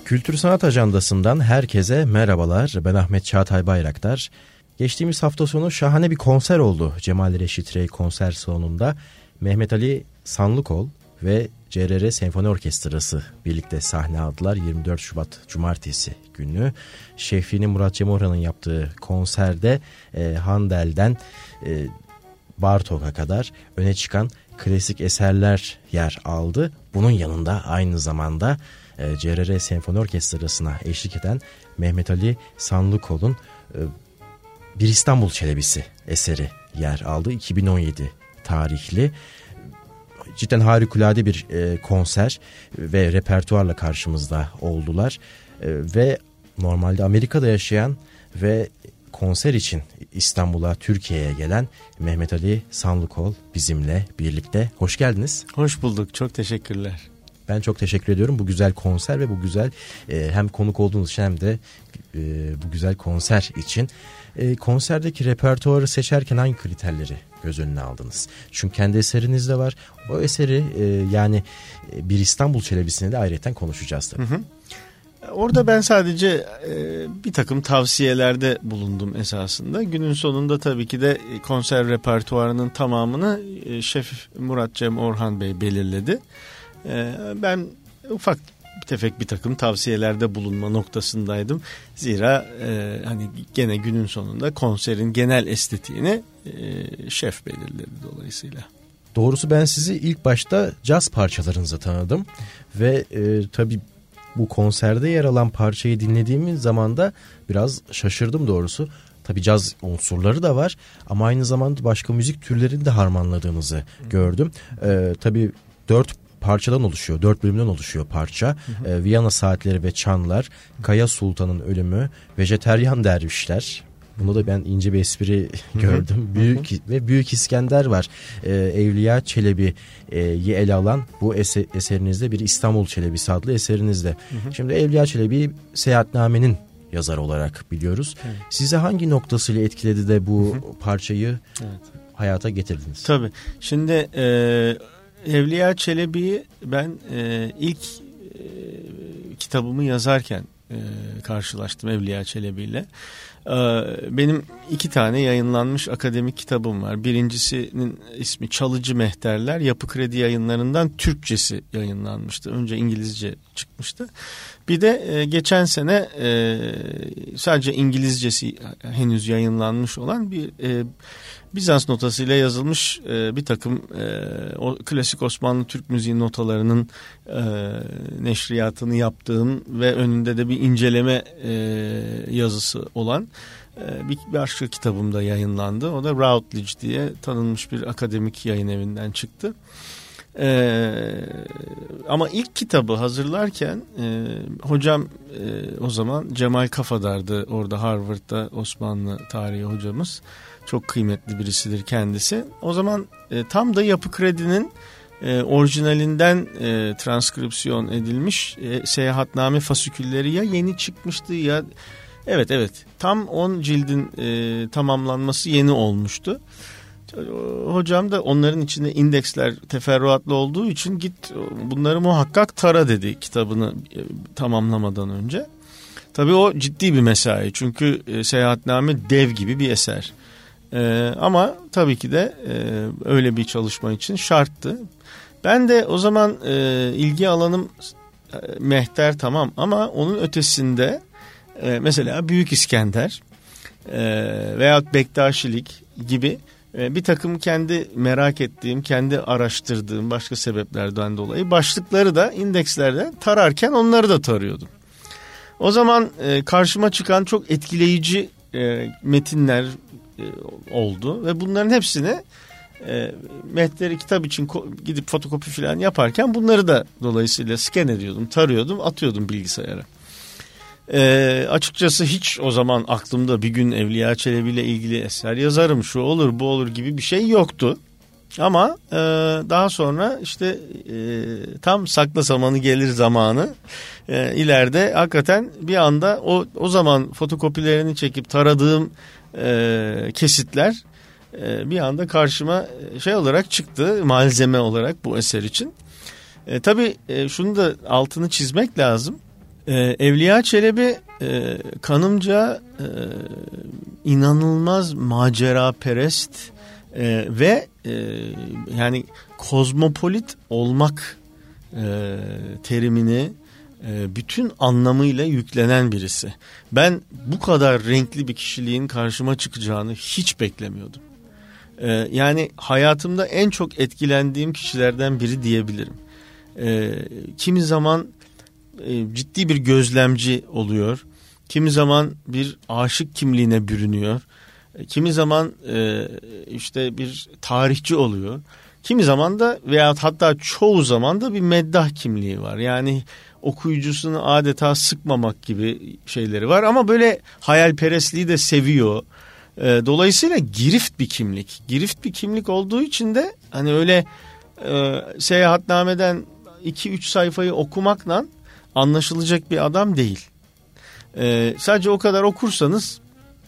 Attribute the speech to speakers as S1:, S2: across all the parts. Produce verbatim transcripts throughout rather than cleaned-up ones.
S1: Kültür Sanat Ajandası'ndan herkese merhabalar. Ben Ahmet Çağatay Bayraktar. Geçtiğimiz hafta sonu şahane bir konser oldu Cemal Reşit Rey konser salonunda. Mehmet Ali Sanlıkol ve C R R Senfoni Orkestrası birlikte sahne aldılar. yirmi dört Şubat Cumartesi günü Şefli'nin Murat Cem Orhan'ın yaptığı konserde e, Handel'den e, Bartók'a kadar öne çıkan klasik eserler yer aldı. Bunun yanında aynı zamanda e, C R R Senfoni Orkestrası'na eşlik eden Mehmet Ali Sanlıkol'un e, Bir İstanbul Çelebisi eseri yer aldı. iki bin on yedi tarihli. Cidden harikulade bir e, konser ve repertuarla karşımızda oldular. E, ve normalde Amerika'da yaşayan ve konser için İstanbul'a, Türkiye'ye gelen Mehmet Ali Sanlıkol bizimle birlikte. Hoş geldiniz.
S2: Hoş bulduk. Çok teşekkürler.
S1: Ben çok teşekkür ediyorum bu güzel konser ve bu güzel e, hem konuk olduğunuz için hem de e, bu güzel konser için. E, konserdeki repertuarı seçerken hangi kriterleri göz önüne aldınız? Çünkü kendi eseriniz de var. O eseri e, yani e, Bir İstanbul Çelebisi'ni de ayrıca konuşacağız tabii. Hı hı.
S2: Orada ben sadece e, bir takım tavsiyelerde bulundum esasında. Günün sonunda tabii ki de konser repertuarının tamamını e, Şef Murat Cem Orhan Bey belirledi. E, ben ufak bir tefek bir takım tavsiyelerde bulunma noktasındaydım. Zira e, hani gene günün sonunda konserin genel estetiğini e, Şef belirledi dolayısıyla.
S1: Doğrusu ben sizi ilk başta caz parçalarınızla tanıdım ve e, tabii bu konserde yer alan parçayı dinlediğimiz zaman da biraz şaşırdım doğrusu. Tabii caz unsurları da var ama aynı zamanda başka müzik türlerini de harmanladığınızı gördüm. Ee, tabii dört parçadan oluşuyor, dört bölümden oluşuyor parça. Ee, Viyana Saatleri ve Çanlar, Kaya Sultan'ın Ölümü, Vejeteryan Dervişler. Bunu da ben ince bir espri gördüm. Hı hı. Büyük hı hı. ve Büyük İskender var. Ee, Evliya Çelebi'yi ele alan bu eser, eserinizde Bir İstanbul Çelebisi adlı eserinizde. Hı hı. Şimdi Evliya Çelebi Seyahatname'nin yazarı olarak biliyoruz. Evet. Size hangi noktasıyla etkiledi de bu hı hı. parçayı evet. hayata getirdiniz?
S2: Tabii. Şimdi e, Evliya Çelebi'yi ben e, ilk e, kitabımı yazarken e, karşılaştım Evliya Çelebi ile. Benim iki tane yayınlanmış akademik kitabım var. Birincisinin ismi Çalıcı Mehterler. Yapı Kredi Yayınları'ndan Türkçesi yayınlanmıştı. Önce İngilizce çıkmıştı. Bir de geçen sene sadece İngilizcesi henüz yayınlanmış olan bir Bizans notasıyla yazılmış e, bir takım e, o klasik Osmanlı Türk müziği notalarının e, neşriyatını yaptığım ve önünde de bir inceleme e, yazısı olan e, bir başka kitabım da yayınlandı. O da Routledge diye tanınmış bir akademik yayın evinden çıktı. Ee, ama ilk kitabı hazırlarken e, hocam e, o zaman Cemal Kafadar'dı, orada Harvard'da Osmanlı tarihi hocamız, çok kıymetli birisidir kendisi. O zaman e, tam da Yapı Kredi'nin e, orijinalinden e, transkripsiyon edilmiş e, seyahatname fasikülleri ya yeni çıkmıştı ya evet evet tam on cildin e, tamamlanması yeni olmuştu. Hocam da onların içinde indeksler teferruatlı olduğu için git bunları muhakkak tara dedi kitabını tamamlamadan önce. Tabii o ciddi bir mesai çünkü seyahatname dev gibi bir eser. Ee, ama tabii ki de e, öyle bir çalışma için şarttı. Ben de o zaman e, ilgi alanım e, mehter tamam ama onun ötesinde e, mesela Büyük İskender e, veya Bektaşilik gibi bir takım kendi merak ettiğim, kendi araştırdığım başka sebeplerden dolayı başlıkları da indekslerden tararken onları da tarıyordum. O zaman karşıma çıkan çok etkileyici metinler oldu ve bunların hepsini mehteri kitap için gidip fotokopi falan yaparken bunları da dolayısıyla scan ediyordum, tarıyordum, atıyordum bilgisayara. Ee, açıkçası hiç o zaman aklımda bir gün Evliya Çelebi ile ilgili eser yazarım, şu olur bu olur gibi bir şey yoktu. Ama e, daha sonra işte e, tam sakla zamanı gelir zamanı e, ileride hakikaten bir anda o o zaman fotokopilerini çekip taradığım e, kesitler e, bir anda karşıma şey olarak çıktı, malzeme olarak bu eser için. E, tabii e, şunu da altını çizmek lazım. Ee, Evliya Çelebi e, kanımca e, inanılmaz maceraperest e, ve e, yani kozmopolit olmak e, terimini e, bütün anlamıyla yüklenen birisi. Ben bu kadar renkli bir kişiliğin karşıma çıkacağını hiç beklemiyordum. E, yani hayatımda en çok etkilendiğim kişilerden biri diyebilirim. E, kimi zaman e, ciddi bir gözlemci oluyor. Kimi zaman bir aşık kimliğine bürünüyor. E, kimi zaman e, işte bir tarihçi oluyor. Kimi zaman da veya hatta çoğu zaman da bir meddah kimliği var. Yani okuyucusunu adeta sıkmamak gibi şeyleri var. Ama böyle hayalperestliği de seviyor. E, dolayısıyla girift bir kimlik. Girift bir kimlik olduğu için de hani öyle e, seyahatnameden iki üç sayfayı okumakla anlaşılacak bir adam değil. E, sadece o kadar okursanız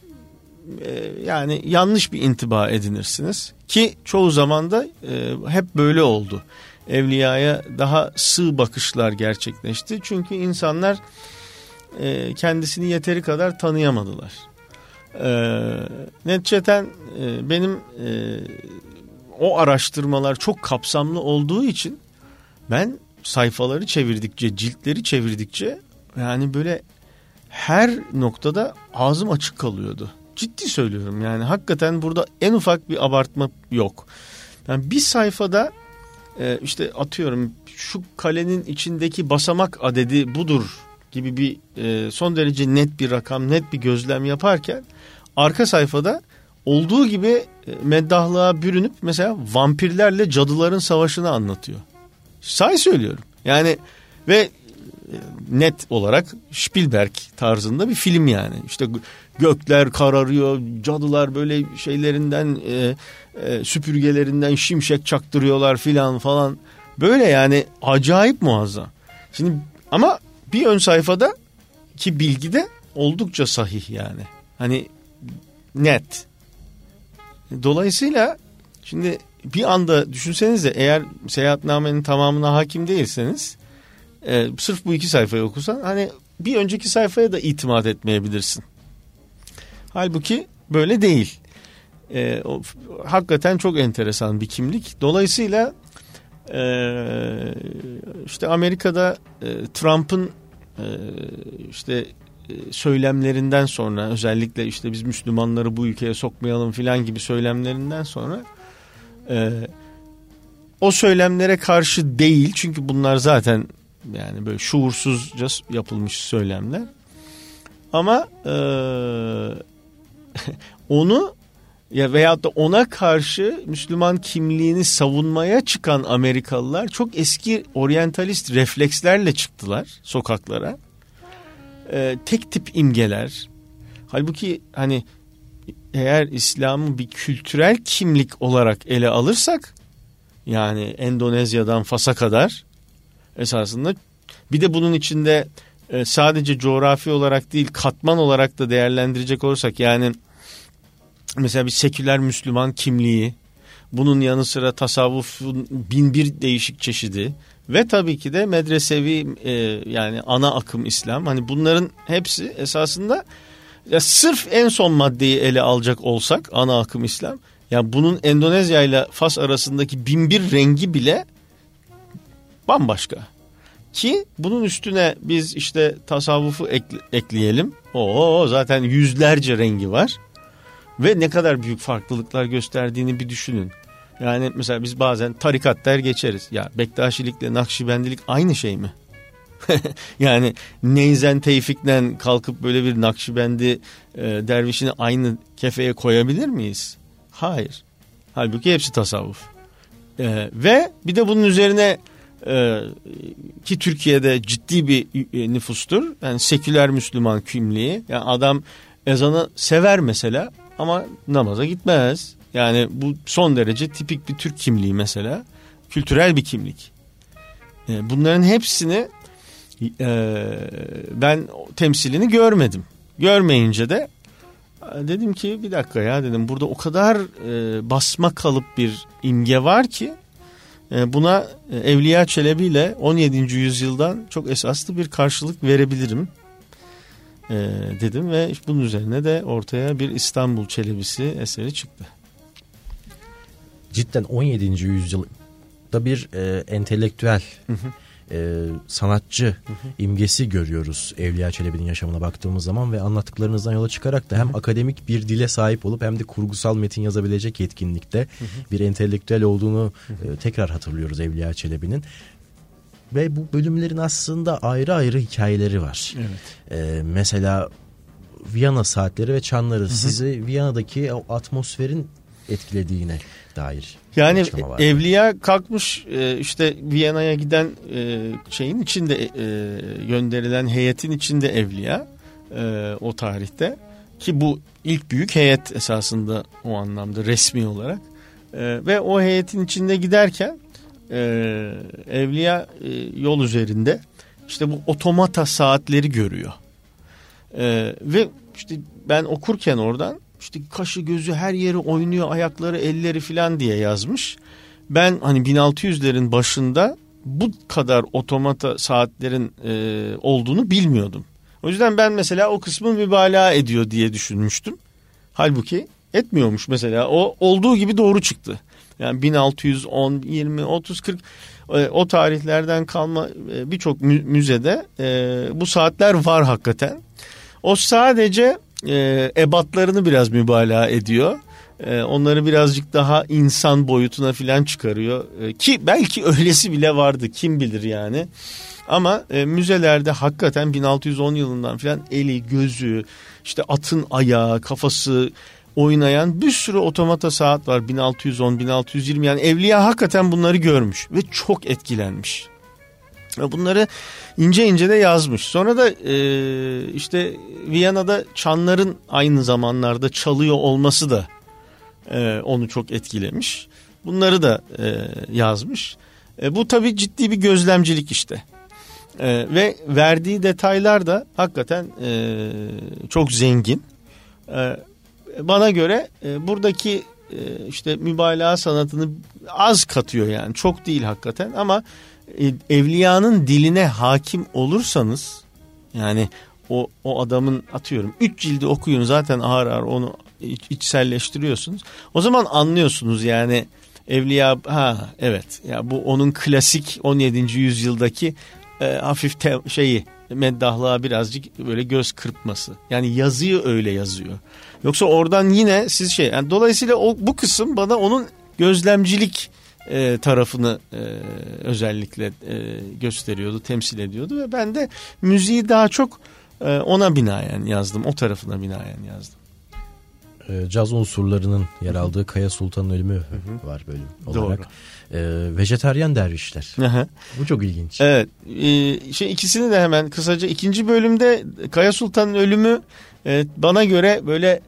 S2: e, yani yanlış bir intiba edinirsiniz. Ki çoğu zaman da e, hep böyle oldu. Evliyaya daha sığ bakışlar gerçekleşti. Çünkü insanlar e, kendisini yeteri kadar tanıyamadılar. E, neticeten e, benim e, o araştırmalar çok kapsamlı olduğu için ben sayfaları çevirdikçe, ciltleri çevirdikçe yani böyle her noktada ağzım açık kalıyordu. Ciddi söylüyorum yani hakikaten burada en ufak bir abartma yok. Yani bir sayfada e, işte atıyorum şu kalenin içindeki basamak adedi budur gibi bir e, son derece net bir rakam, net bir gözlem yaparken arka sayfada olduğu gibi e, meddahlığa bürünüp mesela vampirlerle cadıların savaşını anlatıyor. Sahi söylüyorum. Yani ve net olarak Spielberg tarzında bir film yani. İşte gökler kararıyor, cadılar böyle şeylerinden, e, e, süpürgelerinden şimşek çaktırıyorlar filan falan. Böyle yani acayip muazzam. Şimdi ama bir ön sayfada ki bilgi de oldukça sahih yani. Hani net. Dolayısıyla şimdi bir anda düşünsenize eğer seyahatnamenin tamamına hakim değilseniz e, sırf bu iki sayfayı okusan hani bir önceki sayfaya da itimat etmeyebilirsin. Halbuki böyle değil. E, o, hakikaten çok enteresan bir kimlik. Dolayısıyla e, işte Amerika'da e, Trump'ın e, işte e, söylemlerinden sonra özellikle işte biz Müslümanları bu ülkeye sokmayalım filan gibi söylemlerinden sonra e, o söylemlere karşı değil çünkü bunlar zaten yani böyle şuursuzca yapılmış söylemler. Ama e, onu ya veyahut da ona karşı Müslüman kimliğini savunmaya çıkan Amerikalılar çok eski oryantalist reflekslerle çıktılar sokaklara. E, tek tip imgeler. Halbuki hani eğer İslam'ı bir kültürel kimlik olarak ele alırsak yani Endonezya'dan Fas'a kadar esasında bir de bunun içinde sadece coğrafi olarak değil katman olarak da değerlendirecek olursak yani mesela bir seküler Müslüman kimliği, bunun yanı sıra tasavvufun bin bir değişik çeşidi ve tabii ki de medresevi e, yani ana akım İslam, hani bunların hepsi esasında ya sırf en son maddeyi ele alacak olsak ana akım İslam, yani bunun Endonezya ile Fas arasındaki bin bir rengi bile bambaşka. Ki bunun üstüne biz işte tasavvufu ekle, ekleyelim. Oo zaten yüzlerce rengi var. Ve ne kadar büyük farklılıklar gösterdiğini bir düşünün. Yani mesela biz bazen tarikat der geçeriz. Ya Bektaşilikle Nakşibendilik aynı şey mi? Yani Neyzen Tevfik'ten kalkıp böyle bir Nakşibendi e, dervişini aynı kefeye koyabilir miyiz? Hayır. Halbuki hepsi tasavvuf. E, ve bir de bunun üzerine e, ki Türkiye'de ciddi bir e, nüfustur. Yani seküler Müslüman kimliği. Yani adam ezanı sever mesela ama namaza gitmez. Yani bu son derece tipik bir Türk kimliği mesela. Kültürel bir kimlik. E, bunların hepsini e, ben temsilini görmedim. Görmeyince de dedim ki bir dakika ya dedim, burada o kadar e, basma kalıp bir imge var ki e, buna e, Evliya Çelebi ile on yedinci yüzyıldan çok esaslı bir karşılık verebilirim e, dedim ve bunun üzerine de ortaya bir İstanbul Çelebisi eseri çıktı.
S1: Cidden on yedinci yüzyılda bir e, entelektüel, hı hı. E, sanatçı hı hı. imgesi görüyoruz Evliya Çelebi'nin yaşamına baktığımız zaman ve anlattıklarınızdan yola çıkarak da hem hı hı. akademik bir dile sahip olup hem de kurgusal metin yazabilecek yetkinlikte hı hı. bir entelektüel olduğunu hı hı. E, tekrar hatırlıyoruz Evliya Çelebi'nin. Ve bu bölümlerin aslında ayrı ayrı hikayeleri var.
S2: Evet.
S1: E, mesela Viyana saatleri ve çanları, hı hı. sizi Viyana'daki o atmosferin etkilediğine dair.
S2: Yani Evliya kalkmış işte Viyana'ya giden şeyin içinde gönderilen heyetin içinde Evliya o tarihte, ki bu ilk büyük heyet esasında o anlamda resmi olarak, ve o heyetin içinde giderken Evliya yol üzerinde işte bu otomata saatleri görüyor ve işte ben okurken oradan İşte kaşı gözü her yeri oynuyor, ayakları elleri filan diye yazmış. Ben hani bin altı yüzlerin başında bu kadar otomata saatlerin e, olduğunu bilmiyordum. O yüzden ben mesela o kısmı mübalağa ediyor diye düşünmüştüm. Halbuki etmiyormuş mesela. O olduğu gibi doğru çıktı. Yani bin altı yüz on, yirmi, otuz, kırk e, o tarihlerden kalma e, birçok mü- müzede e, bu saatler var hakikaten. O sadece E, ebatlarını biraz mübalağa ediyor. E, onları birazcık daha insan boyutuna filan çıkarıyor. E, ki belki öylesi bile vardı, kim bilir yani. Ama e, müzelerde hakikaten bin altı yüz on yılından filan eli, gözü, işte atın ayağı, kafası oynayan bir sürü otomata saat var. bin altı yüz on, bin altı yüz yirmi, yani Evliya hakikaten bunları görmüş ve çok etkilenmiş. Bunları ince ince de yazmış. Sonra da e, işte Viyana'da çanların aynı zamanlarda çalıyor olması da e, onu çok etkilemiş. Bunları da e, yazmış. E, bu tabii ciddi bir gözlemcilik işte. E, ve verdiği detaylar da hakikaten e, çok zengin. E, bana göre e, buradaki e, işte mübalağa sanatını az katıyor, yani çok değil hakikaten, ama Evliyanın diline hakim olursanız, yani o o adamın atıyorum üç cildi okuyun, zaten ağır ağır onu iç, içselleştiriyorsunuz. O zaman anlıyorsunuz yani Evliya, ha evet ya, bu onun klasik on yedinci yüzyıldaki e, hafif te, şeyi meddahlığa birazcık böyle göz kırpması. Yani yazıyı öyle yazıyor. Yoksa oradan yine siz şey, yani dolayısıyla o, bu kısım bana onun gözlemcilik E, tarafını e, özellikle e, gösteriyordu, temsil ediyordu ve ben de müziği daha çok e, ona binaen yazdım, o tarafına binaen yazdım.
S1: E, caz unsurlarının yer aldığı Kaya Sultan'ın Ölümü Hı-hı. var bölüm olarak. Doğru. E, vejetaryen dervişler. Hı-hı. Bu çok ilginç.
S2: Evet, e, şey ikisini de hemen kısaca, ikinci bölümde Kaya Sultan'ın Ölümü e, bana göre böyle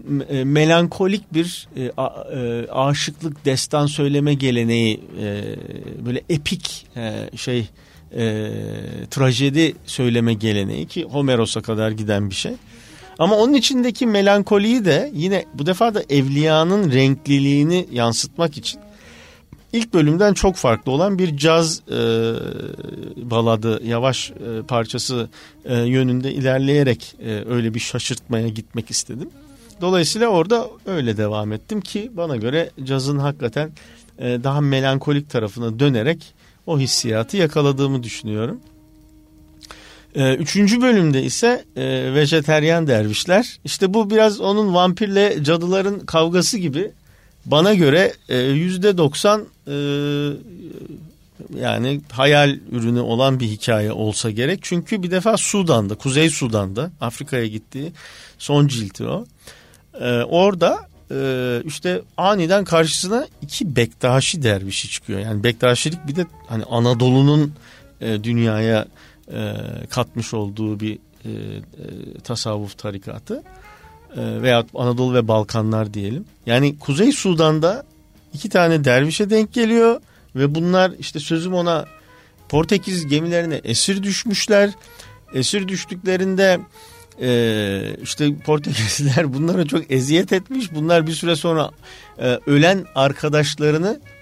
S2: melankolik bir e, a, e, aşıklık, destan söyleme geleneği, e, böyle epik e, şey e, trajedi söyleme geleneği, ki Homeros'a kadar giden bir şey. Ama onun içindeki melankoliyi de yine bu defa da Evliya'nın renkliliğini yansıtmak için ilk bölümden çok farklı olan bir caz e, baladı, yavaş e, parçası e, yönünde ilerleyerek e, öyle bir şaşırtmaya gitmek istedim. Dolayısıyla orada öyle devam ettim ki bana göre cazın hakikaten e, daha melankolik tarafına dönerek o hissiyatı yakaladığımı düşünüyorum. E, üçüncü bölümde ise e, vejeteryan dervişler. İşte bu biraz onun vampirle cadıların kavgası gibi. Bana göre yüzde doksan e, yani hayal ürünü olan bir hikaye olsa gerek. Çünkü bir defa Sudan'da, Kuzey Sudan'da, Afrika'ya gittiği son cilti o. Ee, orada e, işte aniden karşısına iki Bektaşi dervişi çıkıyor. Yani Bektaşilik bir de hani Anadolu'nun e, dünyaya e, katmış olduğu bir e, e, tasavvuf tarikatı. E, veya Anadolu ve Balkanlar diyelim. Yani Kuzey Sudan'da iki tane dervişe denk geliyor ve bunlar işte sözüm ona Portekiz gemilerine esir düşmüşler. Esir düştüklerinde Ee, işte Portekizliler bunlara çok eziyet etmiş. Bunlar bir süre sonra e, ölen arkadaşlarını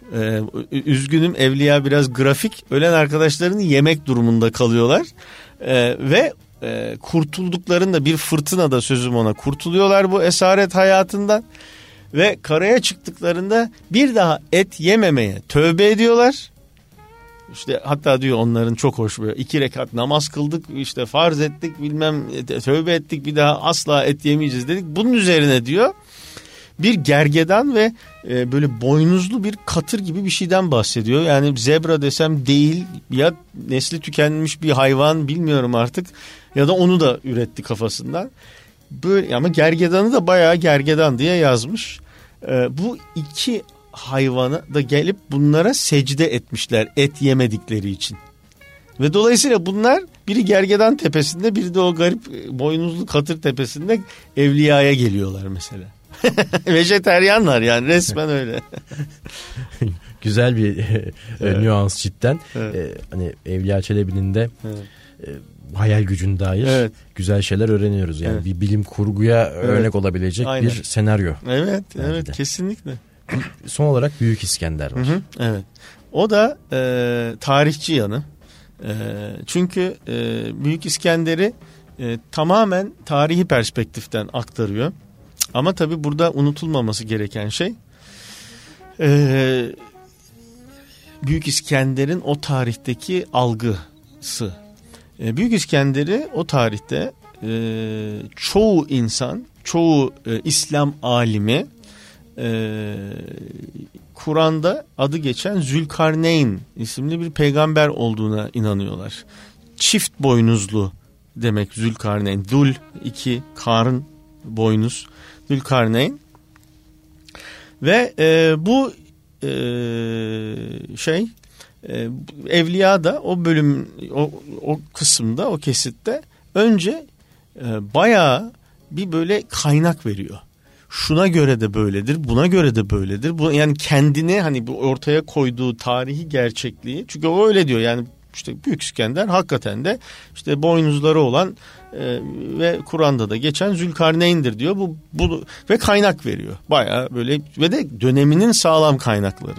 S2: Ee, üzgünüm, Evliya biraz grafik. Ölen arkadaşlarını yemek durumunda kalıyorlar. Ee, ve e, kurtulduklarında bir fırtınada, sözüm ona, kurtuluyorlar bu esaret hayatından. Ve karaya çıktıklarında bir daha et yememeye tövbe ediyorlar. İşte hatta diyor onların çok hoş böyle iki rekat namaz kıldık, işte farz ettik, bilmem tövbe ettik, bir daha asla et yemeyeceğiz dedik. Bunun üzerine diyor bir gergedan ve e, böyle boynuzlu bir katır gibi bir şeyden bahsediyor. Yani zebra desem değil, ya nesli tükenmiş bir hayvan bilmiyorum artık, ya da onu da üretti kafasından. Böyle, ama gergedanı da bayağı gergedan diye yazmış. E, bu iki hayvana da gelip bunlara secde etmişler et yemedikleri için. Ve dolayısıyla bunlar biri gergedan tepesinde, biri de o garip boynuzlu katır tepesinde Evliya'ya geliyorlar mesela. Vejeteryanlar yani, resmen öyle.
S1: Güzel bir e, evet. nüans cidden.
S2: Evet.
S1: E, hani Evliya Çelebi'nin de
S2: evet.
S1: e, hayal gücüne dair evet. güzel şeyler öğreniyoruz. Yani evet. bir bilim kurguya evet. örnek olabilecek Aynen. bir senaryo.
S2: Evet, evet de. kesinlikle.
S1: Son olarak Büyük İskender var. Hı hı,
S2: evet. O da e, tarihçi yanı. E, çünkü e, Büyük İskender'i e, tamamen tarihi perspektiften aktarıyor. Ama tabii burada unutulmaması gereken şey e, Büyük İskender'in o tarihteki algısı. E, Büyük İskender'i o tarihte e, çoğu insan, çoğu e, İslam alimi e, Kur'an'da adı geçen Zülkarneyn isimli bir peygamber olduğuna inanıyorlar. Çift boynuzlu demek Zülkarneyn. Zul iki, karn, boynuz. Zülkarneyn. Ve e, bu e, şey e, Evliya da o bölüm, o, o kısımda, o kesitte önce e, bayağı bir böyle kaynak veriyor. Şuna göre de böyledir, buna göre de böyledir. Bu, yani kendini hani bu ortaya koyduğu tarihi gerçekliği, çünkü o öyle diyor yani, işte Büyük İskender hakikaten de işte boynuzları olan e, ve Kur'an'da da geçen Zülkarneyn'dir diyor. Bu, bu ve kaynak veriyor. Bayağı böyle, ve de döneminin sağlam kaynakları.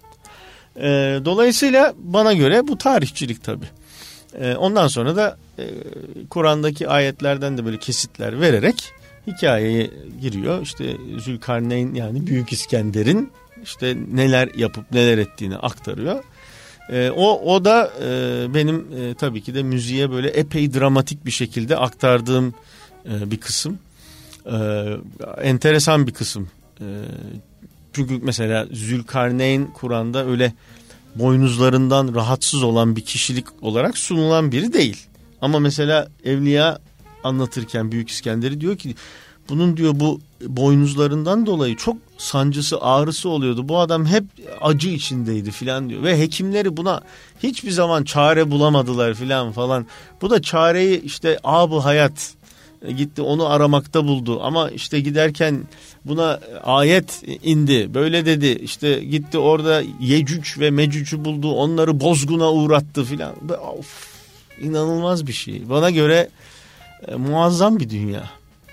S2: E, dolayısıyla bana göre bu tarihçilik tabii. E, ondan sonra da e, Kur'an'daki ayetlerden de böyle kesitler vererek hikayeye giriyor. İşte Zülkarneyn, yani Büyük İskender'in işte neler yapıp neler ettiğini aktarıyor. E, o o da e, benim e, tabii ki de müziğe böyle epey dramatik bir şekilde aktardığım e, bir kısım. E, enteresan bir kısım. E, çünkü mesela Zülkarneyn Kur'an'da öyle boynuzlarından rahatsız olan bir kişilik olarak sunulan biri değil. Ama mesela Evliya anlatırken Büyük İskender'i diyor ki, bunun diyor bu boynuzlarından dolayı çok sancısı, ağrısı oluyordu. Bu adam hep acı içindeydi filan diyor. Ve hekimleri buna hiçbir zaman çare bulamadılar filan falan. Bu da çareyi işte Ab-ı Hayat gitti, onu aramakta buldu. Ama işte giderken buna ayet indi. Böyle dedi, işte gitti orada Yecüc ve Mecüc'ü buldu. Onları bozguna uğrattı filan. Of, inanılmaz bir şey. Bana göre e, muazzam bir dünya.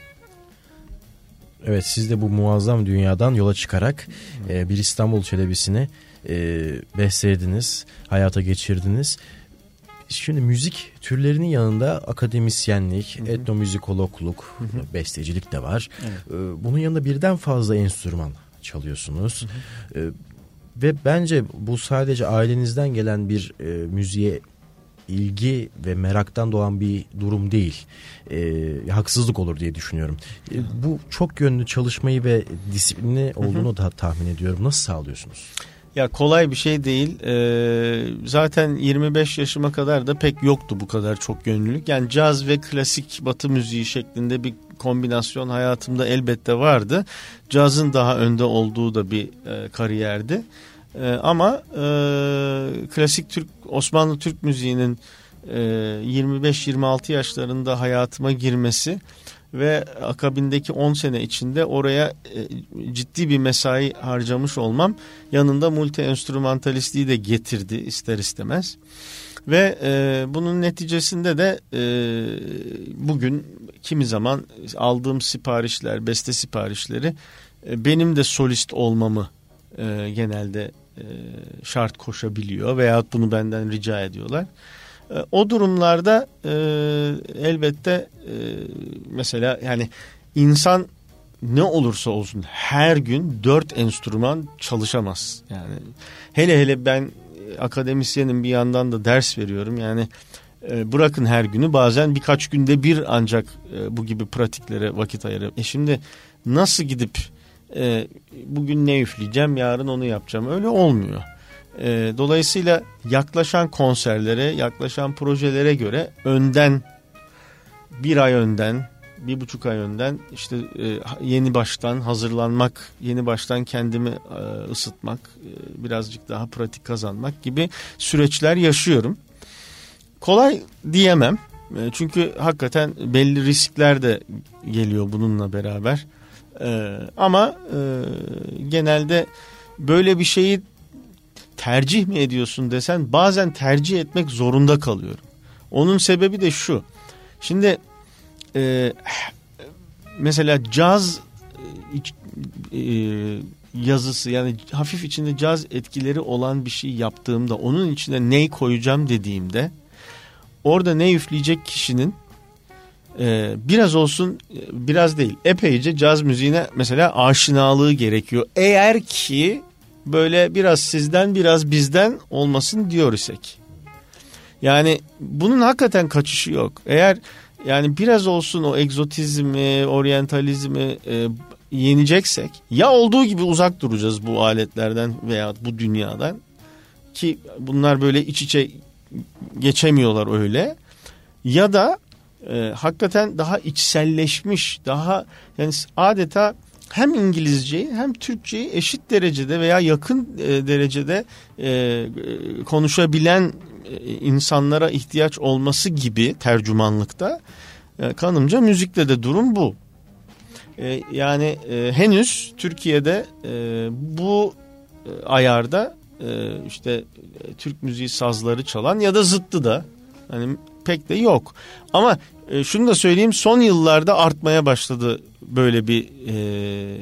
S1: Evet, siz de bu muazzam dünyadan yola çıkarak e, bir İstanbul Çelebisi'ni e, beslediniz, hayata geçirdiniz. Şimdi müzik türlerinin yanında akademisyenlik, hı hı. etnomüzikologluk, hı hı. bestecilik de var. Evet. E, bunun yanında birden fazla enstrüman çalıyorsunuz. Hı hı. E, ve bence bu sadece ailenizden gelen bir e, müziğe ilgi ve meraktan doğan bir durum değil. E, haksızlık olur diye düşünüyorum. E, bu çok yönlü çalışmayı ve disiplinli olduğunu hı hı. da tahmin ediyorum. Nasıl sağlıyorsunuz?
S2: Ya kolay bir şey değil. Ee, zaten yirmi beş yaşıma kadar da pek yoktu bu kadar çok yönlülük. Yani caz ve klasik batı müziği şeklinde bir kombinasyon hayatımda elbette vardı. Cazın daha önde olduğu da bir e, kariyerdi. E, ama e, klasik Türk, Osmanlı Türk müziğinin e, yirmi beş yirmi altı yaşlarında hayatıma girmesi ve akabindeki on sene içinde oraya e, ciddi bir mesai harcamış olmam yanında multi enstrümantalistliği de getirdi ister istemez. Ve e, bunun neticesinde de e, bugün kimi zaman aldığım siparişler, beste siparişleri e, benim de solist olmamı e, genelde e, şart koşabiliyor veya bunu benden rica ediyorlar. E, o durumlarda e, elbette e, mesela yani insan ne olursa olsun her gün dört enstrüman çalışamaz. Yani hele hele ben akademisyenim, bir yandan da ders veriyorum. Yani e, bırakın her günü, bazen birkaç günde bir ancak e, bu gibi pratiklere vakit ayırıyorum. E şimdi nasıl gidip e, bugün ne üfleyeceğim, yarın onu yapacağım, öyle olmuyor. E, dolayısıyla yaklaşan konserlere, yaklaşan projelere göre önden, bir ay önden, bir buçuk ay önden işte e, yeni baştan hazırlanmak, yeni baştan kendimi e, ısıtmak, e, birazcık daha pratik kazanmak gibi süreçler yaşıyorum. Kolay diyemem e, çünkü hakikaten belli riskler de geliyor bununla beraber. E, ama e, genelde böyle bir şeyi tercih mi ediyorsun desen, bazen tercih etmek zorunda kalıyorum. Onun sebebi de şu. Şimdi e, mesela caz e, yazısı, yani hafif içinde caz etkileri olan bir şey yaptığımda, onun içine ney koyacağım dediğimde, orada ne üfleyecek kişinin e, biraz olsun, biraz değil, epeyce caz müziğine mesela aşinalığı gerekiyor. Eğer ki böyle biraz sizden biraz bizden olmasın diyor isek. Yani bunun hakikaten kaçışı yok. Eğer yani biraz olsun o egzotizmi, oryantalizmi e, yeneceksek, ya olduğu gibi uzak duracağız bu aletlerden veya bu dünyadan, ki bunlar böyle iç içe geçemiyorlar öyle, ya da e, hakikaten daha içselleşmiş, daha yani adeta hem İngilizceyi hem Türkçeyi eşit derecede veya yakın e, derecede e, konuşabilen e, insanlara ihtiyaç olması gibi tercümanlıkta, e, kanımca müzikte de durum bu. E, yani e, henüz Türkiye'de e, bu e, ayarda e, işte e, Türk müziği sazları çalan ya da zıttı da hani pek de yok. Ama e, şunu da söyleyeyim, son yıllarda artmaya başladı böyle bir e,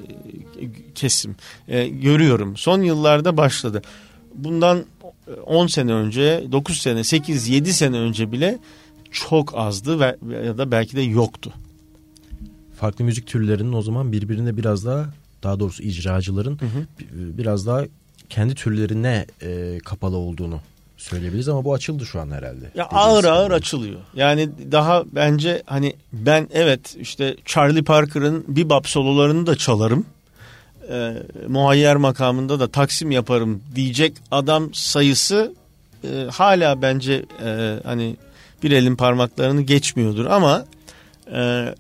S2: kesim. E, görüyorum. Son yıllarda başladı. Bundan on sene önce, dokuz sene, sekiz yedi sene önce bile çok azdı ve ya da belki de yoktu.
S1: Farklı müzik türlerinin o zaman birbirine biraz daha, daha doğrusu icracıların hı hı. biraz daha kendi türlerine e, kapalı olduğunu söyleyebiliriz, ama bu açıldı şu an herhalde.
S2: Ya ağır ağır açılıyor. Yani daha bence hani ben evet işte Charlie Parker'ın bebop sololarını da çalarım. E, muhayyer makamında da taksim yaparım diyecek adam sayısı e, hala bence e, hani bir elin parmaklarını geçmiyordur, ama e,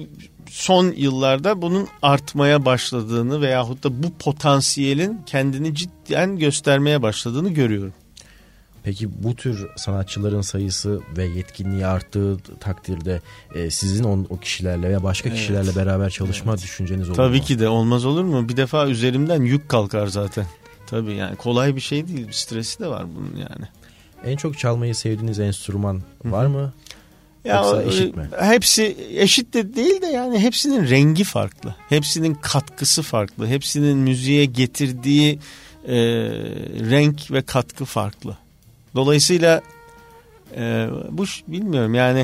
S2: son yıllarda bunun artmaya başladığını veyahut da bu potansiyelin kendini cidden göstermeye başladığını görüyorum.
S1: Peki bu tür sanatçıların sayısı ve yetkinliği arttığı takdirde e, sizin on, o kişilerle veya başka evet. kişilerle beraber çalışma evet. düşünceniz olur
S2: Tabii
S1: mu?
S2: Tabii ki de, olmaz olur mu? Bir defa üzerimden yük kalkar zaten. Tabii yani kolay bir şey değil. Bir stresi de var bunun yani.
S1: En çok çalmayı sevdiğiniz enstrüman var mı?
S2: Ya,
S1: yoksa eşit mi?
S2: Hepsi eşit de değil de yani hepsinin rengi farklı. Hepsinin katkısı farklı. Hepsinin müziğe getirdiği e, renk ve katkı farklı. Dolayısıyla e, bu bilmiyorum yani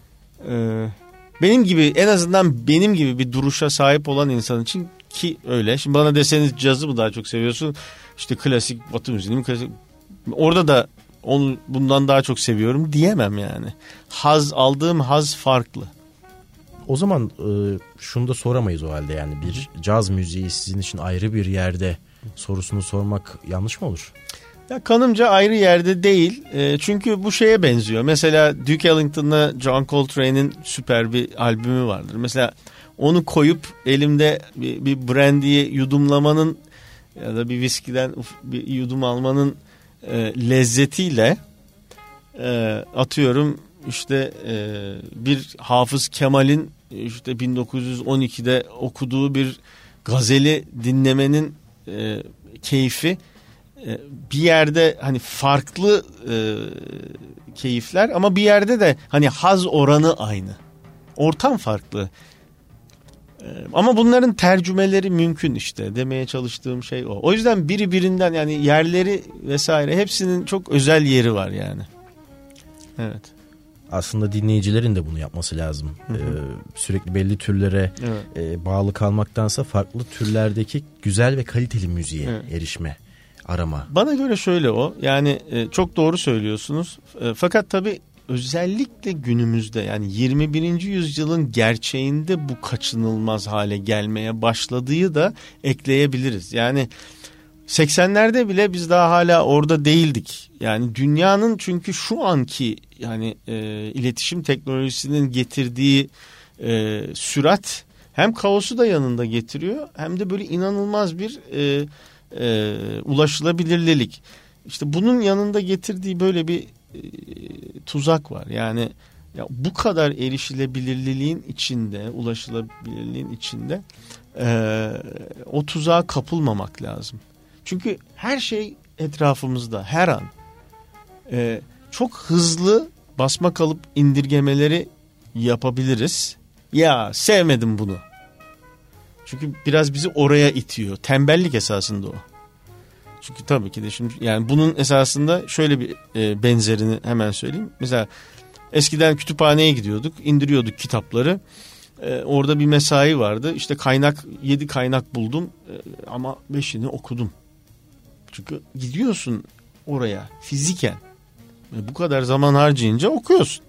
S2: e, benim gibi, en azından benim gibi bir duruşa sahip olan insan için, ki öyle. Şimdi bana deseniz cazı mı daha çok seviyorsun, işte klasik Batı müziği mi, klasik, orada da onu bundan daha çok seviyorum diyemem yani. Haz, aldığım haz farklı.
S1: O zaman e, şunu da soramayız o halde, yani bir caz müziği sizin için ayrı bir yerde sorusunu sormak yanlış mı olur?
S2: Ya kanımca ayrı yerde değil. E, çünkü bu şeye benziyor. Mesela Duke Ellington'la John Coltrane'in süper bir albümü vardır. Mesela onu koyup elimde bir, bir brandy'yi yudumlamanın ya da bir viskiden bir yudum almanın e, lezzetiyle e, atıyorum işte e, bir Hafız Kemal'in işte bin dokuz yüz on ikide okuduğu bir gazeli dinlemenin e, keyfi bir yerde hani farklı e, keyifler, ama bir yerde de hani haz oranı aynı. Ortam farklı. Ama bunların tercümeleri mümkün işte. Demeye çalıştığım şey o. O yüzden biri birinden, yani yerleri vesaire hepsinin çok özel yeri var yani. Evet.
S1: Aslında dinleyicilerin de bunu yapması lazım. Hı hı. Ee, sürekli belli türlere evet. e, bağlı kalmaktansa farklı türlerdeki güzel ve kaliteli müziğe evet. erişme, arama.
S2: Bana göre şöyle o. Yani e, çok doğru söylüyorsunuz. E, fakat tabii özellikle günümüzde, yani yirmi birinci yüzyılın gerçeğinde bu kaçınılmaz hale gelmeye başladığı da ekleyebiliriz. Yani seksenlerde bile biz daha hala orada değildik. Yani dünyanın, çünkü şu anki yani e, iletişim teknolojisinin getirdiği e, sürat hem kaosu da yanında getiriyor, hem de böyle inanılmaz bir e, e, ulaşılabilirlik. İşte bunun yanında getirdiği böyle bir e, tuzak var. Yani ya bu kadar erişilebilirliğin içinde, ulaşılabilirliğin içinde e, o tuzağa kapılmamak lazım. Çünkü her şey etrafımızda, her an. Ee, çok hızlı basma kalıp indirgemeleri yapabiliriz. Ya sevmedim bunu. Çünkü biraz bizi oraya itiyor. Tembellik esasında o. Çünkü tabii ki de şimdi, yani bunun esasında şöyle bir e, benzerini hemen söyleyeyim. Mesela eskiden kütüphaneye gidiyorduk, indiriyorduk kitapları. Ee, orada bir mesai vardı. İşte kaynak, yedi kaynak buldum ee, ama beşini okudum. Çünkü gidiyorsun oraya fiziken. E bu kadar zaman harcayınca okuyorsun.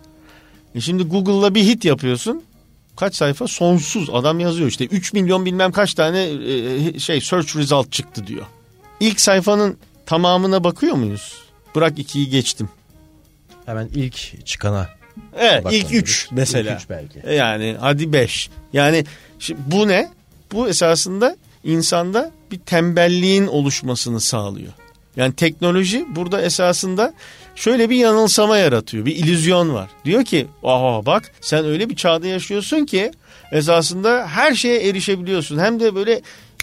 S2: E şimdi Google'la bir hit yapıyorsun. Kaç sayfa? Sonsuz. Adam yazıyor işte üç milyon bilmem kaç tane e, şey search result çıktı diyor. İlk sayfanın tamamına bakıyor muyuz? Bırak ikiyi geçtim.
S1: Hemen ilk çıkana.
S2: Evet, ilk üç mesela. İlk üç belki. Yani hadi beş. Yani şimdi bu ne? Bu esasında insanda bir tembelliğin oluşmasını sağlıyor. Yani teknoloji burada esasında şöyle bir yanılsama yaratıyor. Bir illüzyon var. Diyor ki aha bak sen öyle bir çağda yaşıyorsun ki esasında her şeye erişebiliyorsun. Hem de böyle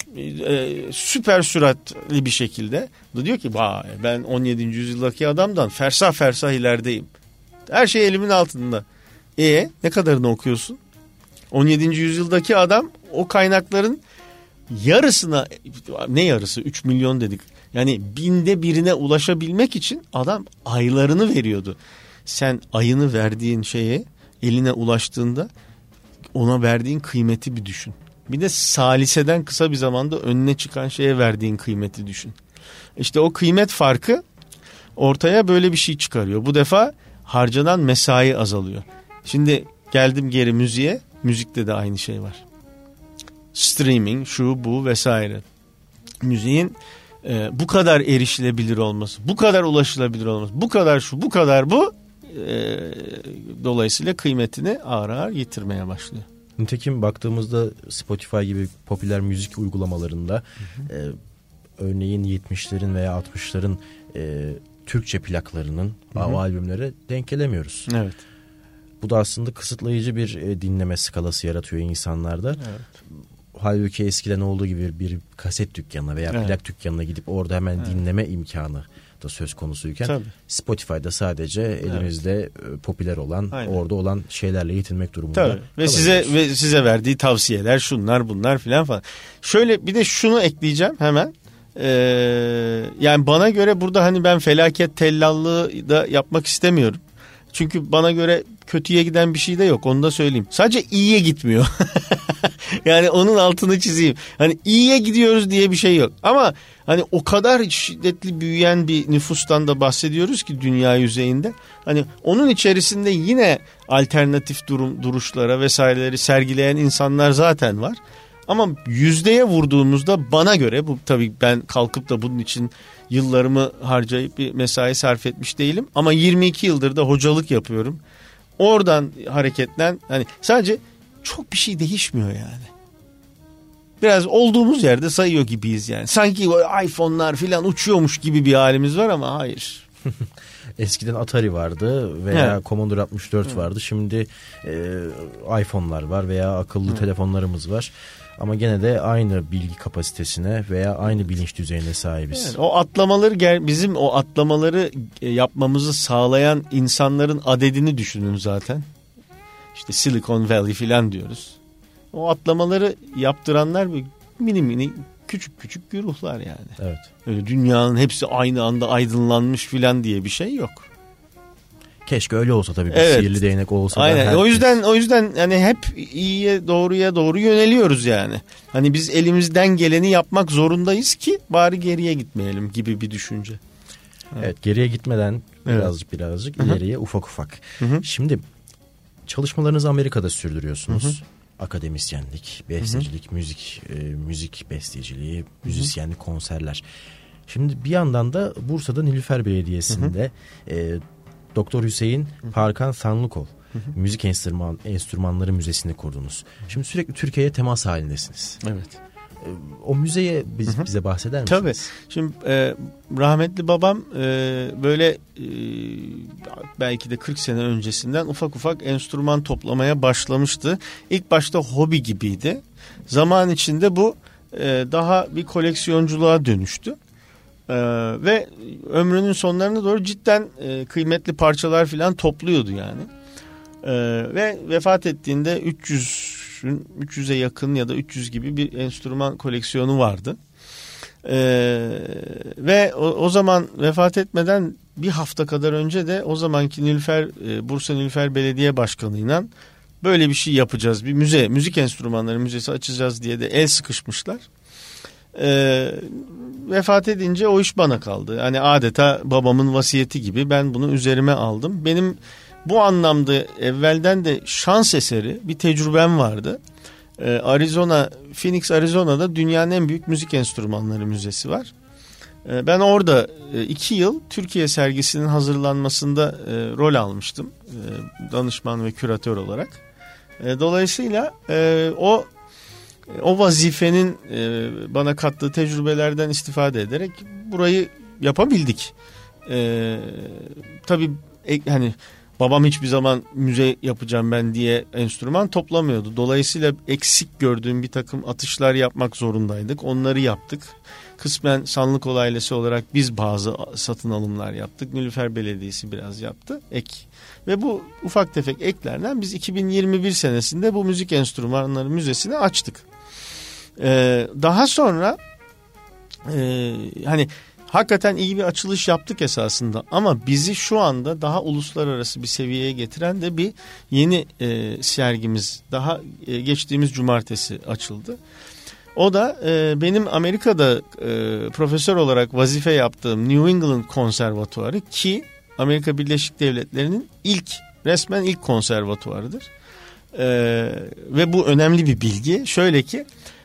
S2: e, süper süratli bir şekilde. Diyor ki vay ben on yedinci yüzyıldaki adamdan fersah fersah ilerideyim. Her şey elimin altında. E ne kadarını okuyorsun? on yedinci yüzyıldaki adam o kaynakların yarısına, ne yarısı, üç milyon dedik. Yani binde birine ulaşabilmek için adam aylarını veriyordu. Sen ayını verdiğin şeye eline ulaştığında ona verdiğin kıymeti bir düşün. Bir de saliseden kısa bir zamanda önüne çıkan şeye verdiğin kıymeti düşün. İşte o kıymet farkı ortaya böyle bir şey çıkarıyor. Bu defa harcanan mesai azalıyor. Şimdi geldim geri müziğe. Müzikte de aynı şey var. Streaming, şu bu vesaire. Müziğin e, bu kadar erişilebilir olması, bu kadar ulaşılabilir olması, bu kadar şu, bu kadar bu, e, dolayısıyla kıymetini ağır ağır yitirmeye başlıyor.
S1: Nitekim baktığımızda Spotify gibi popüler müzik uygulamalarında hı hı. E, örneğin yetmişlerin veya altmışların e, Türkçe plaklarının, hı hı. albümlere denk gelemiyoruz.
S2: Evet.
S1: Bu da aslında kısıtlayıcı bir e, dinleme skalası yaratıyor insanlarda. Evet. Halbuki eskiden olduğu gibi bir kaset dükkanına veya evet. plak dükkanına gidip orada hemen evet. dinleme imkanı da söz konusuyken tabii. Spotify'da sadece elimizde evet. popüler olan, aynen. orada olan şeylerle yetinmek durumunda.
S2: Tabii. Ve size ve size verdiği tavsiyeler şunlar bunlar filan falan. Şöyle bir de şunu ekleyeceğim hemen. Ee, yani bana göre burada hani ben felaket tellallığı da yapmak istemiyorum. Çünkü bana göre kötüye giden bir şey de yok, onu da söyleyeyim. Sadece iyiye gitmiyor. Yani onun altını çizeyim. Hani iyiye gidiyoruz diye bir şey yok. Ama hani o kadar şiddetli büyüyen bir nüfustan da bahsediyoruz ki dünya yüzeyinde. Hani onun içerisinde yine alternatif durum duruşlara vesaireleri sergileyen insanlar zaten var. Ama yüzdeye vurduğumuzda bana göre, bu tabii ben kalkıp da bunun için yıllarımı harcayıp bir mesai sarf etmiş değilim. Ama yirmi iki yıldır da hocalık yapıyorum. Oradan hareketten hani sadece çok bir şey değişmiyor yani. Biraz olduğumuz yerde sayıyor gibiyiz yani. Sanki iPhone'lar falan uçuyormuş gibi bir halimiz var ama hayır.
S1: Eskiden Atari vardı veya evet. Commodore altmış dört evet. vardı. Şimdi e, iPhone'lar var veya akıllı evet. telefonlarımız var. Ama gene de aynı bilgi kapasitesine veya aynı bilinç düzeyine sahibiz.
S2: Evet, o atlamaları, bizim o atlamaları yapmamızı sağlayan insanların adedini düşünün zaten. İşte Silicon Valley filan diyoruz. o atlamaları yaptıranlar bir mini mini küçük küçük güruhlar yani.
S1: Evet.
S2: Öyle dünyanın hepsi aynı anda aydınlanmış filan diye bir şey yok.
S1: Keşke öyle olsa tabii. Bir
S2: evet.
S1: Sihirli değnek olsa.
S2: Aynen.
S1: Herkes...
S2: O yüzden o yüzden hani hep iyiye doğruya doğru yöneliyoruz yani. Hani biz elimizden geleni yapmak zorundayız ki bari geriye gitmeyelim gibi bir düşünce.
S1: Evet, evet geriye gitmeden birazcık evet. birazcık Hı-hı. ileriye ufak ufak. Hı-hı. Şimdi çalışmalarınızı Amerika'da sürdürüyorsunuz. Hı-hı. Akademisyenlik, bestecilik, Hı-hı. müzik, e, müzik besteciliği, müzisyenlik, Hı-hı. konserler. Şimdi bir yandan da Bursa'da Nilüfer Belediyesi'nde e, Doktor Hüseyin Hı-hı. Parkan Sanlıkol Hı-hı. Müzik Enstrüman, Enstrümanları Müzesi'ni kurdunuz. Şimdi sürekli Türkiye'ye temas halindesiniz.
S2: Evet.
S1: O müzeye biz, bize bahseder misiniz?
S2: Tabii. Şimdi e, rahmetli babam e, böyle e, belki de kırk sene öncesinden ufak ufak enstrüman toplamaya başlamıştı. İlk başta hobi gibiydi. Zaman içinde bu e, daha bir koleksiyonculuğa dönüştü. Ee, ve ömrünün sonlarına doğru cidden e, kıymetli parçalar filan topluyordu yani. Ee, ve vefat ettiğinde üç yüzün üç yüze yakın ya da üç yüz gibi bir enstrüman koleksiyonu vardı. Ee, ve o, o zaman vefat etmeden bir hafta kadar önce de o zamanki Nilüfer e, Bursa Nilüfer Belediye Başkanı'yla böyle bir şey yapacağız. Bir müze, müzik enstrümanları müzesi açacağız diye de el sıkışmışlar. Ee, vefat edince o iş bana kaldı. Hani adeta babamın vasiyeti gibi ben bunu üzerime aldım. Benim bu anlamda evvelden de şans eseri bir tecrübem vardı. Ee, Arizona, Phoenix, Arizona'da dünyanın en büyük müzik enstrümanları müzesi var. Ee, ben orada e, iki yıl Türkiye sergisinin hazırlanmasında e, rol almıştım. E, danışman ve küratör olarak. E, dolayısıyla e, o O vazifenin e, bana kattığı tecrübelerden istifade ederek burayı yapabildik. E, tabii e, hani babam hiçbir zaman müze yapacağım ben diye enstrüman toplamıyordu. Dolayısıyla eksik gördüğüm bir takım atışlar yapmak zorundaydık. Onları yaptık. Kısmen Sanlıkol ailesi olarak biz bazı satın alımlar yaptık. Nilüfer Belediyesi biraz yaptı. Ek. Ve bu ufak tefek eklerden biz iki bin yirmi bir senesinde bu müzik enstrümanları müzesini açtık. Ee, daha sonra e, hani hakikaten iyi bir açılış yaptık esasında ama bizi şu anda daha uluslararası bir seviyeye getiren de bir yeni e, sergimiz daha e, geçtiğimiz cumartesi açıldı. O da e, benim Amerika'da e, profesör olarak vazife yaptığım New England Konservatuarı ki Amerika Birleşik Devletleri'nin ilk resmen ilk konservatuarıdır. E, ve bu önemli bir bilgi. Şöyle ki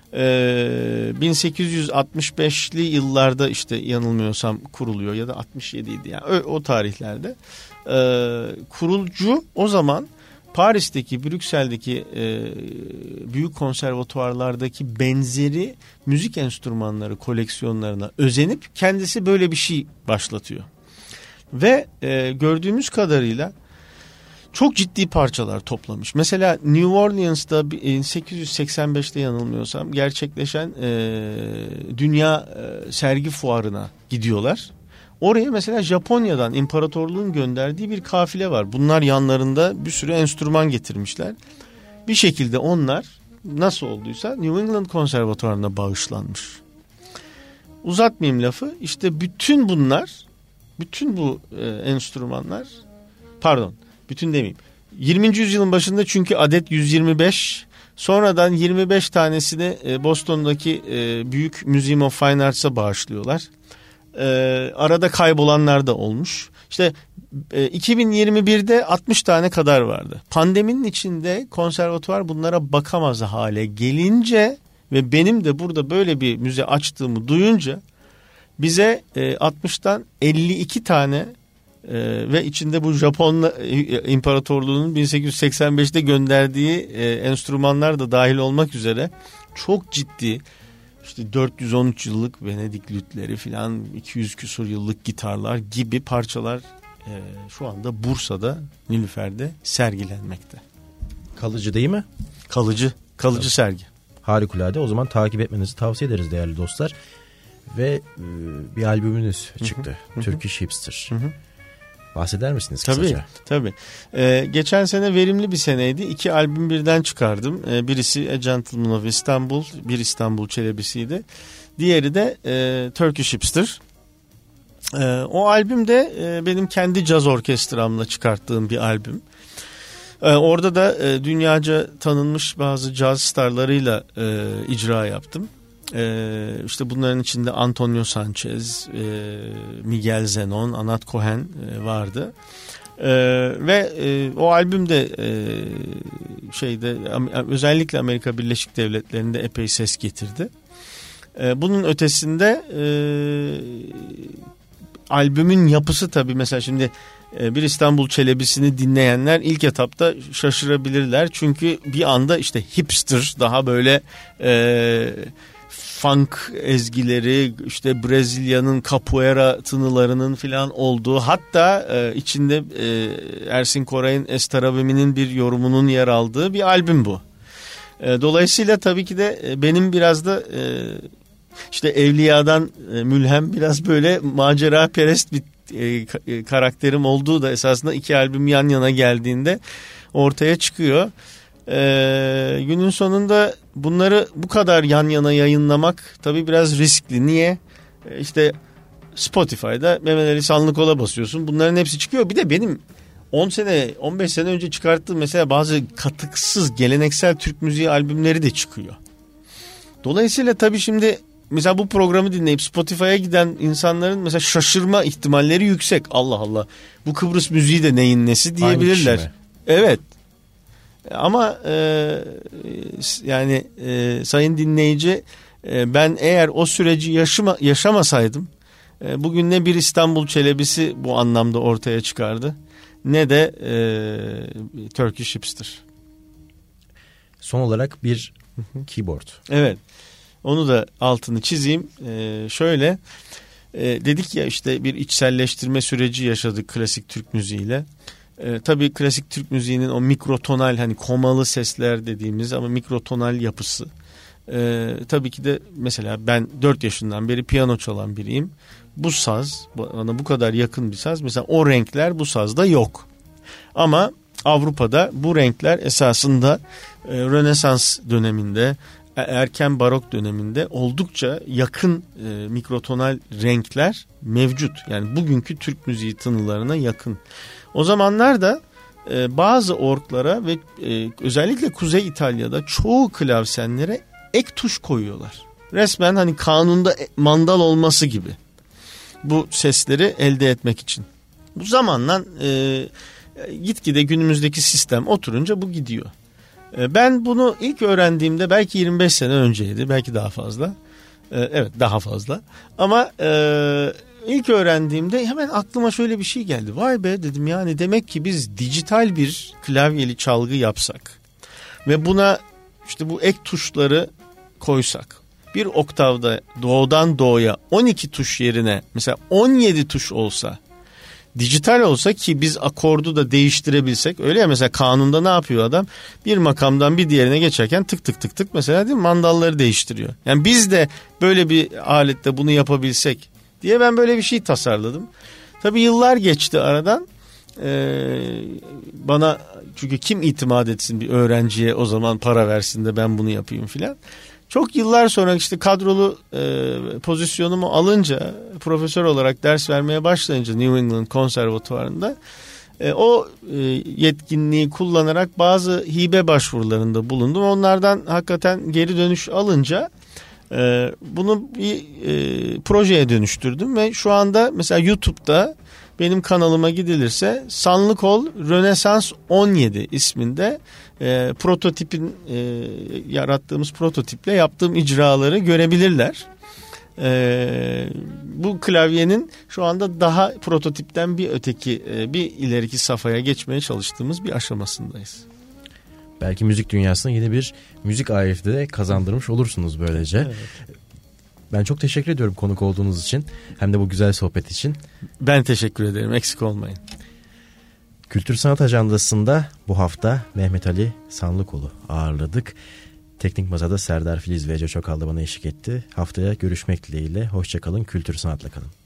S2: bin sekiz yüz altmış beşli yıllarda işte yanılmıyorsam kuruluyor ya da altmış yediydi yani o, o tarihlerde ee, kurucu o zaman Paris'teki Brüksel'deki e, büyük konservatuvarlardaki benzeri müzik enstrümanları koleksiyonlarına özenip kendisi böyle bir şey başlatıyor ve e, gördüğümüz kadarıyla çok ciddi parçalar toplamış. Mesela New Orleans'ta bin sekiz yüz seksen beşte yanılmıyorsam gerçekleşen e, dünya e, sergi fuarına gidiyorlar. Oraya mesela Japonya'dan imparatorluğun gönderdiği bir kafile var. Bunlar yanlarında bir sürü enstrüman getirmişler. Bir şekilde onlar nasıl olduysa New England Konservatuvarı'na bağışlanmış. Uzatmayayım lafı. İşte bütün bunlar, bütün bu e, enstrümanlar, pardon, bütün demeyeyim. yirminci yüzyılın başında çünkü adet yüz yirmi beş, sonradan yirmi beş tanesini Boston'daki büyük Museum of Fine Arts'a bağışlıyorlar. Arada kaybolanlar da olmuş. İşte iki bin yirmi birde altmış tane kadar vardı. Pandeminin içinde konservatuvar bunlara bakamaz hale gelince ve benim de burada böyle bir müze açtığımı duyunca bize altmıştan elli iki tane Ee, ve içinde bu Japon İmparatorluğu'nun bin sekiz yüz seksen beşte gönderdiği e, enstrümanlar da dahil olmak üzere çok ciddi işte dört yüz on üç yıllık Venedik lütleri filan iki yüz küsur yıllık gitarlar gibi parçalar e, şu anda Bursa'da Nilüfer'de sergilenmekte.
S1: Kalıcı değil mi?
S2: Kalıcı, kalıcı Tabii. sergi.
S1: Harikulade. O zaman takip etmenizi tavsiye ederiz değerli dostlar. Ve e, bir albümünüz çıktı. Hı hı. Turkish Hipster. Hı hı. bahseder misiniz
S2: tabii,
S1: kısaca?
S2: Tabii. Ee, geçen sene verimli bir seneydi. İki albüm birden çıkardım. Ee, birisi A Gentleman of Istanbul, bir İstanbul Çelebisi'ydi. Diğeri de e, Turkish Hipster. E, o albüm de e, benim kendi caz orkestramla çıkarttığım bir albüm. E, orada da e, dünyaca tanınmış bazı caz starlarıyla e, icra yaptım. E, işte bunların içinde Antonio Sanchez, e, Miguel Zenon, Anat Cohen e, vardı. E, ve e, o albümde e, şeyde özellikle Amerika Birleşik Devletleri'nde epey ses getirdi. Bunun ötesinde e, albümün yapısı tabii mesela şimdi e, bir İstanbul Çelebisi'ni dinleyenler ilk etapta şaşırabilirler. Çünkü bir anda işte hipster, daha böyle e, funk ezgileri, işte Brezilya'nın capoeira tınılarının falan olduğu, hatta e, içinde e, Ersin Koray'ın Estarabemi'nin bir yorumunun yer aldığı bir albüm bu. E, dolayısıyla tabii ki de e, benim biraz da e, İşte Evliya'dan e, mülhem biraz böyle macera perest bir e, e, karakterim olduğu da esasında iki albüm yan yana geldiğinde ortaya çıkıyor. E, günün sonunda bunları bu kadar yan yana yayınlamak tabii biraz riskli. Niye? E, işte Spotify'da Mehmet Ali Sanlıkol'a basıyorsun. Bunların hepsi çıkıyor. Bir de benim on sene on beş sene önce çıkarttığım mesela bazı katıksız geleneksel Türk müziği albümleri de çıkıyor. Dolayısıyla tabii şimdi mesela bu programı dinleyip Spotify'a giden insanların mesela şaşırma ihtimalleri yüksek. Allah Allah, bu Kıbrıs müziği de neyin nesi diyebilirler. Evet. Ama e, yani e, sayın dinleyici, e, ben eğer o süreci yaşama, yaşamasaydım e, bugün ne bir İstanbul Çelebisi bu anlamda ortaya çıkardı, ne de e, Turkish Hipster.
S1: Son olarak bir keyboard.
S2: Evet. Onu da altını çizeyim. Ee, şöyle e, dedik ya, işte bir içselleştirme süreci yaşadık klasik Türk müziğiyle. Ee, tabii klasik Türk müziğinin o mikrotonal, hani komalı sesler dediğimiz ama mikrotonal yapısı. Ee, tabii ki de mesela ben dört yaşından beri piyano çalan biriyim. Bu saz bana bu kadar yakın bir saz. Mesela o renkler bu sazda yok. Ama Avrupa'da bu renkler esasında e, Rönesans döneminde, erken barok döneminde oldukça yakın e, mikrotonal renkler mevcut. Yani bugünkü Türk müziği tınılarına yakın. O zamanlar da e, bazı orglara ve e, özellikle Kuzey İtalya'da çoğu klavsenlere ek tuş koyuyorlar. Resmen hani kanunda mandal olması gibi. Bu sesleri elde etmek için. Bu zamanla e, gitgide günümüzdeki sistem oturunca bu gidiyor. Ben bunu ilk öğrendiğimde belki yirmi beş sene önceydi, belki daha fazla. Evet, daha fazla. Ama e, ilk öğrendiğimde hemen aklıma şöyle bir şey geldi. Vay be dedim, yani demek ki biz dijital bir klavyeli çalgı yapsak ve buna işte bu ek tuşları koysak, bir oktavda doğudan doğuya on iki tuş yerine mesela on yedi tuş olsa, dijital olsa ki biz akordu da değiştirebilsek, öyle ya, mesela kanunda ne yapıyor adam? Bir makamdan bir diğerine geçerken tık tık tık tık mesela, değil mi, mandalları değiştiriyor. Yani biz de böyle bir alette bunu yapabilsek diye ben böyle bir şey tasarladım. Tabii yıllar geçti aradan. Ee, bana, çünkü kim itimat etsin bir öğrenciye o zaman para versin de ben bunu yapayım filan. Çok yıllar sonra işte kadrolu e, pozisyonumu alınca, profesör olarak ders vermeye başlayınca New England Konservatuvarı'nda e, o e, yetkinliği kullanarak bazı hibe başvurularında bulundum. Onlardan hakikaten geri dönüş alınca e, bunu bir e, projeye dönüştürdüm ve şu anda mesela YouTube'da benim kanalıma gidilirse Sanlıkol Rönesans on yedi isminde e, prototipin e, yarattığımız prototiple yaptığım icraları görebilirler. E, bu klavyenin şu anda daha prototipten bir öteki e, bir ileriki safhaya geçmeye çalıştığımız bir aşamasındayız.
S1: Belki müzik dünyasına yeni bir müzik aleti de kazandırmış olursunuz böylece. Evet. Ben çok teşekkür ediyorum konuk olduğunuz için, hem de bu güzel sohbet için.
S2: Ben teşekkür ederim, eksik olmayın.
S1: Kültür Sanat Ajandası'nda bu hafta Mehmet Ali Sanlıkol'u ağırladık. Teknik Masa'da Serdar Filiz ve Ece Çokal'da bana eşlik etti. Haftaya görüşmek dileğiyle. Hoşça kalın, kültür sanatla kalın.